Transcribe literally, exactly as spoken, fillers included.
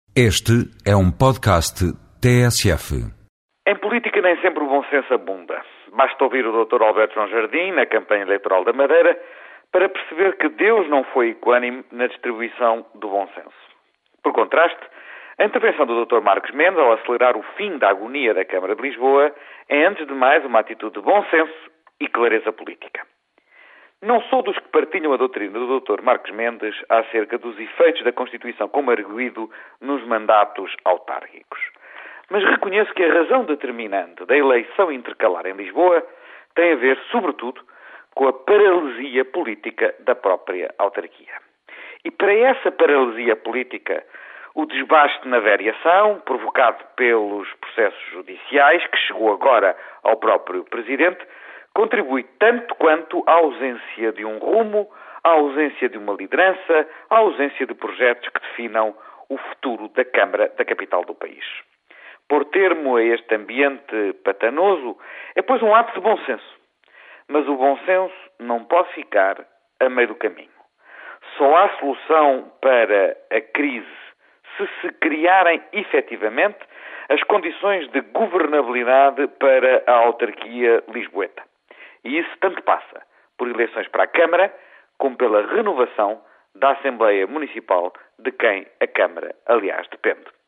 Este é um podcast T S F. Em política nem sempre o bom senso abunda. Basta ouvir o doutor Alberto João Jardim, na campanha eleitoral da Madeira, para perceber que Deus não foi equânime na distribuição do bom senso. Por contraste, a intervenção do doutor Marcos Mendes, ao acelerar o fim da agonia da Câmara de Lisboa, é antes de mais uma atitude de bom senso e clareza política. Não sou dos que partilham a doutrina do doutor Marcos Mendes acerca dos efeitos da Constituição como arguido nos mandatos autárquicos. Mas reconheço que a razão determinante da eleição intercalar em Lisboa tem a ver, sobretudo, com a paralisia política da própria autarquia. E para essa paralisia política, o desbaste na variação, provocado pelos processos judiciais, que chegou agora ao próprio Presidente, contribui tanto quanto a ausência de um rumo, a ausência de uma liderança, a ausência de projetos que definam o futuro da Câmara da capital do país. Por termo a este ambiente patanoso é, pois, um ato de bom senso. Mas o bom senso não pode ficar a meio do caminho. Só há solução para a crise se se criarem efetivamente as condições de governabilidade para a autarquia lisboeta. E isso tanto passa por eleições para a Câmara, como pela renovação da Assembleia Municipal, de quem a Câmara, aliás, depende.